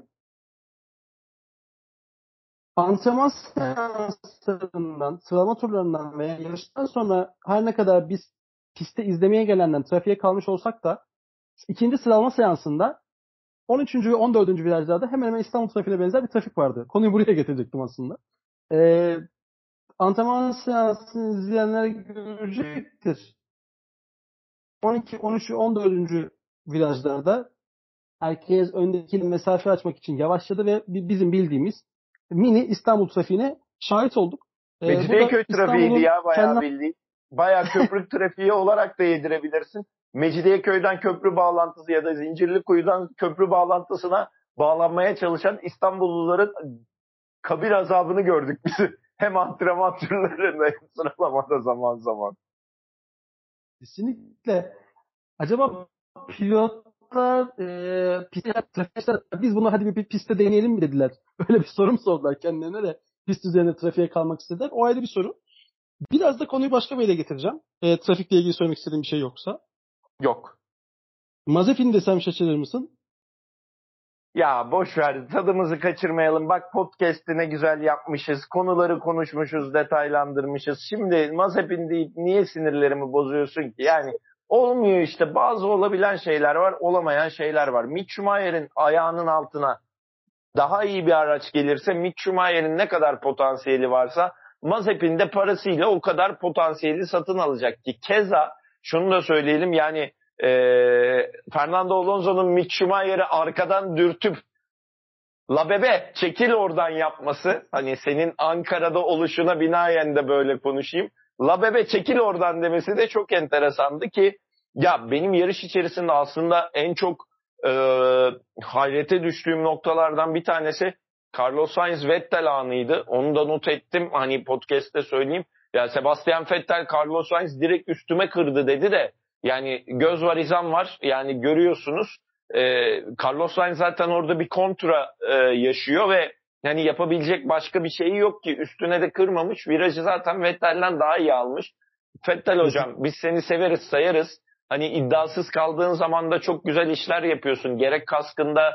Antrenman seanslarından, sıralama turlarından veya yarıştan sonra her ne kadar biz pistte izlemeye gelenden trafiğe kalmış olsak da ikinci sıralama seansında 13. ve 14. virajlarda hemen hemen İstanbul trafiğine benzer bir trafik vardı. Konuyu buraya getirecektim aslında. Antrenman seansını izleyenler görecektir. 12, 13 ve 14. virajlarda herkes öndeki mesafe açmak için yavaşladı ve bizim bildiğimiz mini İstanbul trafiğine şahit olduk. Mecidiyeköy trafiğiydi ya, bayağı kendine... bildiğin. Bayağı köprü trafiği olarak da yedirebilirsin. Mecidiyeköy'den köprü bağlantısı ya da Zincirlikuyu'dan köprü bağlantısına bağlanmaya çalışan İstanbulluların kabir azabını gördük biz. Hem antrenman turlarında hem sıralamada zaman zaman. Kesinlikle. Acaba pilotlar, trafikçiler biz bunu hadi bir pistte deneyelim mi dediler. Öyle bir soru mu sordular kendilerine de pist üzerinde trafiğe kalmak istediler. O ayrı bir soru. Biraz da konuyu başka bir yere getireceğim. Trafikle ilgili söylemek istediğim bir şey yoksa. Yok. Mazepin desem şaşırır mısın? Ya boş ver, tadımızı kaçırmayalım. Bak, podcast'i ne güzel yapmışız. Konuları konuşmuşuz, detaylandırmışız. Şimdi Mazepin deyip niye sinirlerimi bozuyorsun ki? Yani olmuyor işte. Bazı olabilen şeyler var, olamayan şeyler var. Mick Schumacher'in ayağının altına daha iyi bir araç gelirse, Mick Schumacher'in ne kadar potansiyeli varsa Mazepin de parasıyla o kadar potansiyeli satın alacak ki. Keza şunu da söyleyelim, yani Fernando Alonso'nun Mick Schumacher'i arkadan dürtüp "La bebe çekil oradan" yapması, hani senin Ankara'da oluşuna binaen de böyle konuşayım, "La bebe çekil oradan" demesi de çok enteresandı ki, ya benim yarış içerisinde aslında en çok hayrete düştüğüm noktalardan bir tanesi Carlos Sainz Vettel anıydı. Onu da not ettim. Hani podcast'te söyleyeyim. Ya Sebastian Vettel Carlos Sainz direkt üstüme kırdı dedi de yani göz var izan var. Yani görüyorsunuz. Carlos Sainz zaten orada bir kontra yaşıyor ve yani yapabilecek başka bir şeyi yok ki. Üstüne de kırmamış. Virajı zaten Vettel'den daha iyi almış. Vettel hocam biz seni severiz sayarız. Hani iddiasız kaldığın zaman da çok güzel işler yapıyorsun. Gerek kaskında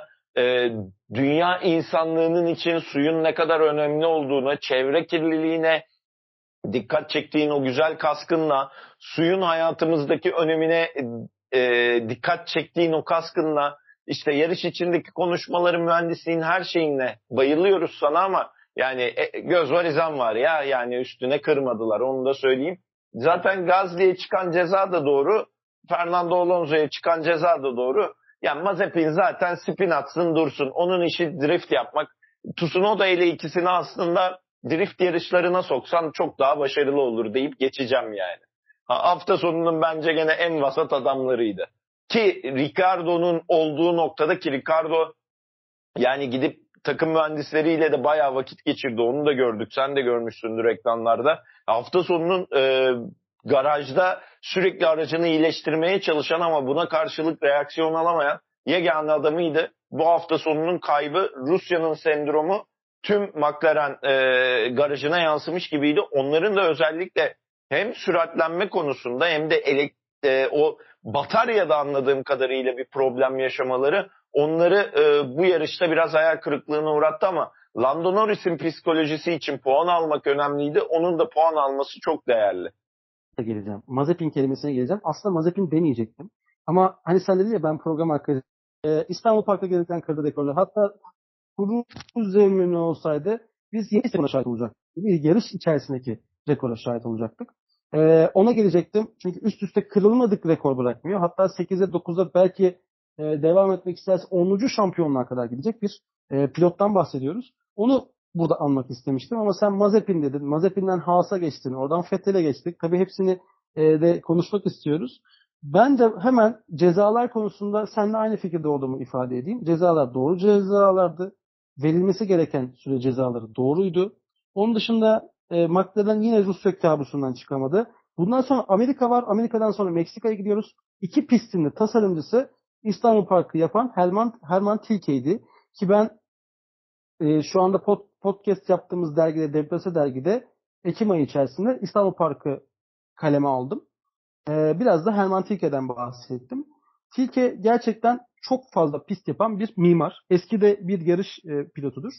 dünya insanlığının için suyun ne kadar önemli olduğunu, çevre kirliliğine dikkat çektiğin o güzel kaskınla, suyun hayatımızdaki önemine dikkat çektiğin o kaskınla, işte yarış içindeki konuşmaları, mühendisliğin her şeyinle bayılıyoruz sana ama yani göz var izan var ya, yani üstüne kırmadılar, onu da söyleyeyim. Zaten Gasly'ye çıkan ceza da doğru, Fernando Alonso'ya çıkan ceza da doğru. Yani Mazepin zaten spin atsın dursun. Onun işi drift yapmak. Tsunoda ile ikisini aslında drift yarışlarına soksan çok daha başarılı olur deyip geçeceğim yani. Hafta sonunun bence gene en vasat adamlarıydı. Ki Ricardo'nun olduğu noktada, ki Ricardo yani gidip takım mühendisleriyle de bayağı vakit geçirdi. Onu da gördük. Sen de görmüşsündür ekranlarda. Hafta sonunun garajda sürekli aracını iyileştirmeye çalışan ama buna karşılık reaksiyon alamayan yegane adamıydı. Bu hafta sonunun kaybı, Rusya'nın sendromu tüm McLaren garajına yansımış gibiydi. Onların da özellikle hem süratlenme konusunda hem de o bataryada anladığım kadarıyla bir problem yaşamaları onları bu yarışta biraz hayal kırıklığına uğrattı ama Lando Norris'in psikolojisi için puan almak önemliydi. Onun da puan alması çok değerli. Geleceğim. Mazepin kelimesine geleceğim. Aslında Mazepin demeyecektim. Ama hani sen dedin ya ben program arkadaşım. İstanbul Park'ta gelirken kırdı rekorları. Hatta Kuruz zemini olsaydı biz yeni rekora şahit olacaktık. Bir yarış içerisindeki rekora şahit olacaktık. Ona gelecektim. Çünkü üst üste kırılmadık rekor bırakmıyor. Hatta 8'e 9'a belki devam etmek isterse 10. şampiyonluğa kadar gidecek bir pilottan bahsediyoruz. Onu burada anmak istemiştim ama sen Mazepin dedin. Mazepin'den Haas'a geçtin. Oradan Vettel'e geçtik. Tabii hepsini de konuşmak istiyoruz. Ben de hemen cezalar konusunda seninle aynı fikirde olduğumu ifade edeyim. Cezalar doğru cezalardı. Verilmesi gereken süre cezaları doğruydu. Onun dışında McLaren yine Rusya kabusundan çıkamadı. Bundan sonra Amerika var. Amerika'dan sonra Meksika'ya gidiyoruz. İki pistin de tasarımcısı İstanbul Park'ı yapan Herman Tilke'ydi. Ki ben şu anda podcast yaptığımız dergide, Deplase dergide Ekim ayı içerisinde İstanbul Park'ı kaleme aldım. Biraz da Herman Tilke'den bahsettim. Tilke gerçekten çok fazla pist yapan bir mimar. Eski de bir yarış pilotudur.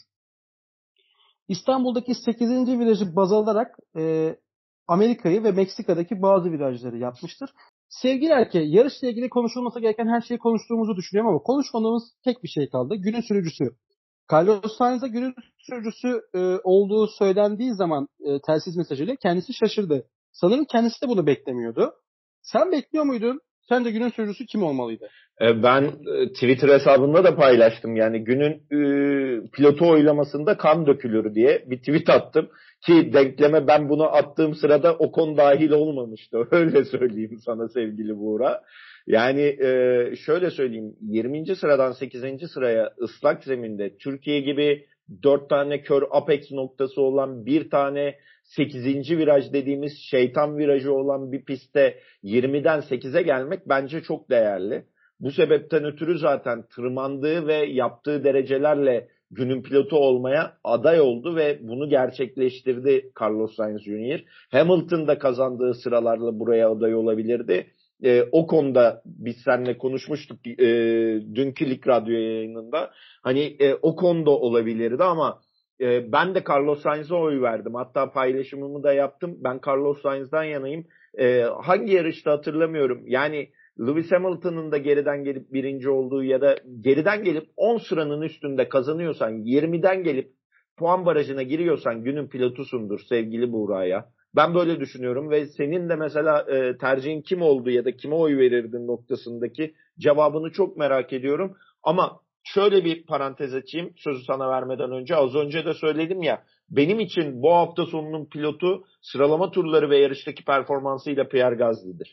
İstanbul'daki 8. virajı baz alarak Amerika'yı ve Meksika'daki bazı virajları yapmıştır. Sevgili Erke, yarışla ilgili konuşulması gereken her şeyi konuştuğumuzu düşünüyorum ama konuşmadığımız tek bir şey kaldı. Günün sürücüsü. Carlos Sainz'a günün sürücüsü olduğu söylendiği zaman telsiz mesajıyla kendisi şaşırdı. Sanırım kendisi de bunu beklemiyordu. Sen bekliyor muydun? Sence günün sürücüsü kim olmalıydı? Ben Twitter hesabımda da paylaştım. Yani günün pilotu oylamasında kan dökülür diye bir tweet attım. Ki denkleme ben bunu attığım sırada Ocon dahil olmamıştı. Öyle söyleyeyim sana sevgili Buğra. Yani şöyle söyleyeyim. 20. sıradan 8. sıraya ıslak zeminde Türkiye gibi 4 tane kör apex noktası olan, bir tane 8. viraj dediğimiz şeytan virajı olan bir pistte 20'den 8'e gelmek bence çok değerli. Bu sebepten ötürü zaten tırmandığı ve yaptığı derecelerle günün pilotu olmaya aday oldu ve bunu gerçekleştirdi Carlos Sainz Jr. Hamilton da kazandığı sıralarla buraya aday olabilirdi. O konuda biz seninle konuşmuştuk dünkü Lig Radyo yayınında. Hani o konuda olabilirdi ama ben de Carlos Sainz'e oy verdim. Hatta paylaşımımı da yaptım. Ben Carlos Sainz'dan yanayım. Hangi yarışta hatırlamıyorum. Yani Lewis Hamilton'ın da geriden gelip birinci olduğu ya da geriden gelip 10 sıranın üstünde kazanıyorsan, 20'den gelip puan barajına giriyorsan günün pilotusundur sevgili Buğra'ya. Ben böyle düşünüyorum ve senin de mesela tercihin kim oldu ya da kime oy verirdin noktasındaki cevabını çok merak ediyorum. Ama şöyle bir parantez açayım sözü sana vermeden önce. Az önce de söyledim ya, benim için bu hafta sonunun pilotu sıralama turları ve yarıştaki performansıyla Pierre Gasly'dir.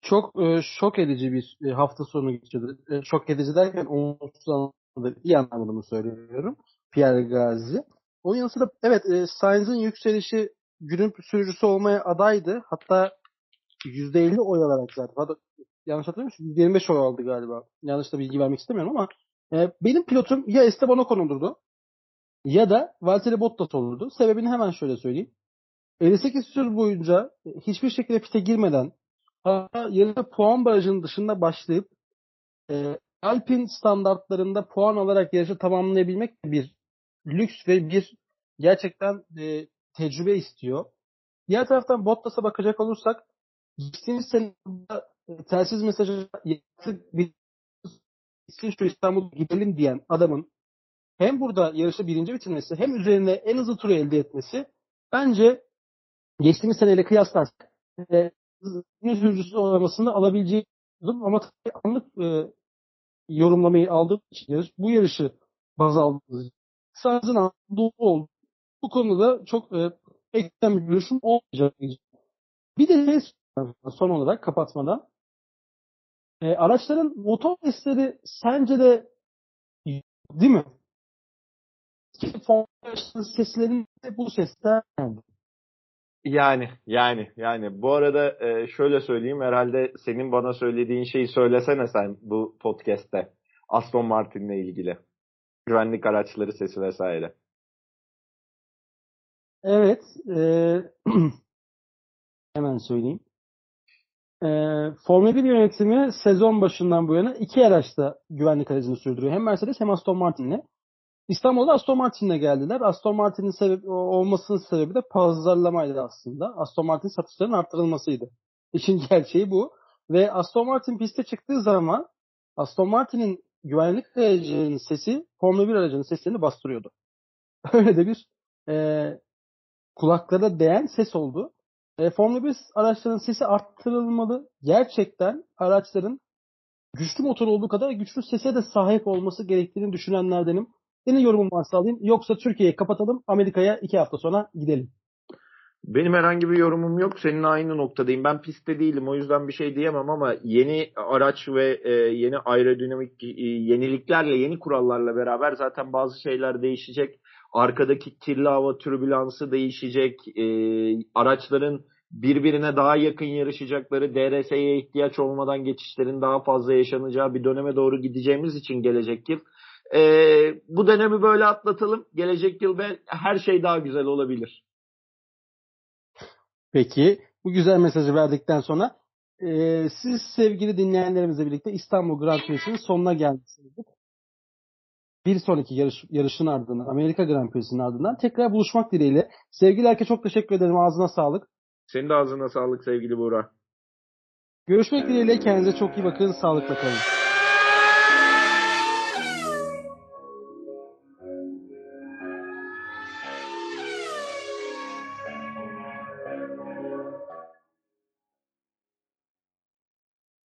Çok şok edici bir hafta sonu geçirdi. Şok edici derken olumsuz anlamda, iyi anlamda mı söylüyorum. Pierre Gasly. Onun yanı sıra evet, Sainz'in yükselişi günün sürücüsü olmaya adaydı. Hatta %50 oy alarak zaten. Hatta, yanlış hatırlamıyorsam %25 oy aldı galiba. Yanlış da bilgi vermek istemiyorum ama benim pilotum ya Esteban Ocon olurdu ya da Valtteri Bottas olurdu. Sebebini hemen şöyle söyleyeyim. 58 tur boyunca hiçbir şekilde pite girmeden, hatta yarı puan barajının dışında başlayıp Alpine standartlarında puan alarak yarışı tamamlayabilmek de bir lüks ve bir gerçekten tecrübe istiyor. Diğer taraftan Bottas'a bakacak olursak, geçtiğimiz sene telsiz mesajı yaptık, biz şu İstanbul'a gidelim diyen adamın hem burada yarışı birinci bitirmesi hem üzerine en hızlı turu elde etmesi bence geçtiğimiz seneyle kıyaslarsak günün sürücüsü olamasını alabileceği, ama tabii anlık yorumlamayı aldığım için bu yarışı baz aldığımız için Sainz'ın doğru oldu. Bu konuda çok ekstrem bir görüşüm olmayacak. Bir de son olarak kapatmadan, araçların motor sesleri sence de değil mi? Fon seslerinde bu sesler Yani bu arada şöyle söyleyeyim, herhalde senin bana söylediğin şeyi söylesene sen bu podcast'te Aston Martin'le ilgili. Güvenlik araçları sesi vesaire. evet, hemen söyleyeyim. Formula 1 yönetimi sezon başından bu yana iki araçta güvenlik aracını sürdürüyor. Hem Mercedes hem Aston Martin'le. İstanbul'da Aston Martin'le geldiler. Aston Martin'in olmasının sebebi de pazarlamaydı aslında. Aston Martin satışlarının arttırılmasıydı. İşin gerçeği bu. Ve Aston Martin piste çıktığı zaman Aston Martin'in güvenlik aracının sesi Formula 1 aracının seslerini bastırıyordu. Öyle de bir kulaklara değen ses oldu. Formula 1 araçlarının sesi arttırılmalı. Gerçekten araçların güçlü motor olduğu kadar güçlü sese de sahip olması gerektiğini düşünenlerdenim. Senin yorumun varsa alayım. Yoksa Türkiye'yi kapatalım. Amerika'ya 2 hafta sonra gidelim. Benim herhangi bir yorumum yok. Seninle aynı noktadayım. Ben pistte değilim. O yüzden bir şey diyemem ama yeni araç ve yeni aerodinamik yeniliklerle, yeni kurallarla beraber zaten bazı şeyler değişecek. Arkadaki kirli hava türbülansı değişecek. Araçların birbirine daha yakın yarışacakları, DRS'ye ihtiyaç olmadan geçişlerin daha fazla yaşanacağı bir döneme doğru gideceğimiz için gelecek yıl. Bu dönemi böyle atlatalım. Gelecek yıl her şey daha güzel olabilir. Peki, bu güzel mesajı verdikten sonra siz sevgili dinleyenlerimizle birlikte İstanbul Grand Prix'sinin sonuna gelmişsiniz. Bir sonraki yarışın ardından, Amerika Grand Prix'sinin ardından tekrar buluşmak dileğiyle. Sevgili Erke, çok teşekkür ederim. Ağzına sağlık. Senin de ağzına sağlık sevgili Buğra. Görüşmek dileğiyle. Kendinize çok iyi bakın. Sağlıkla kalın.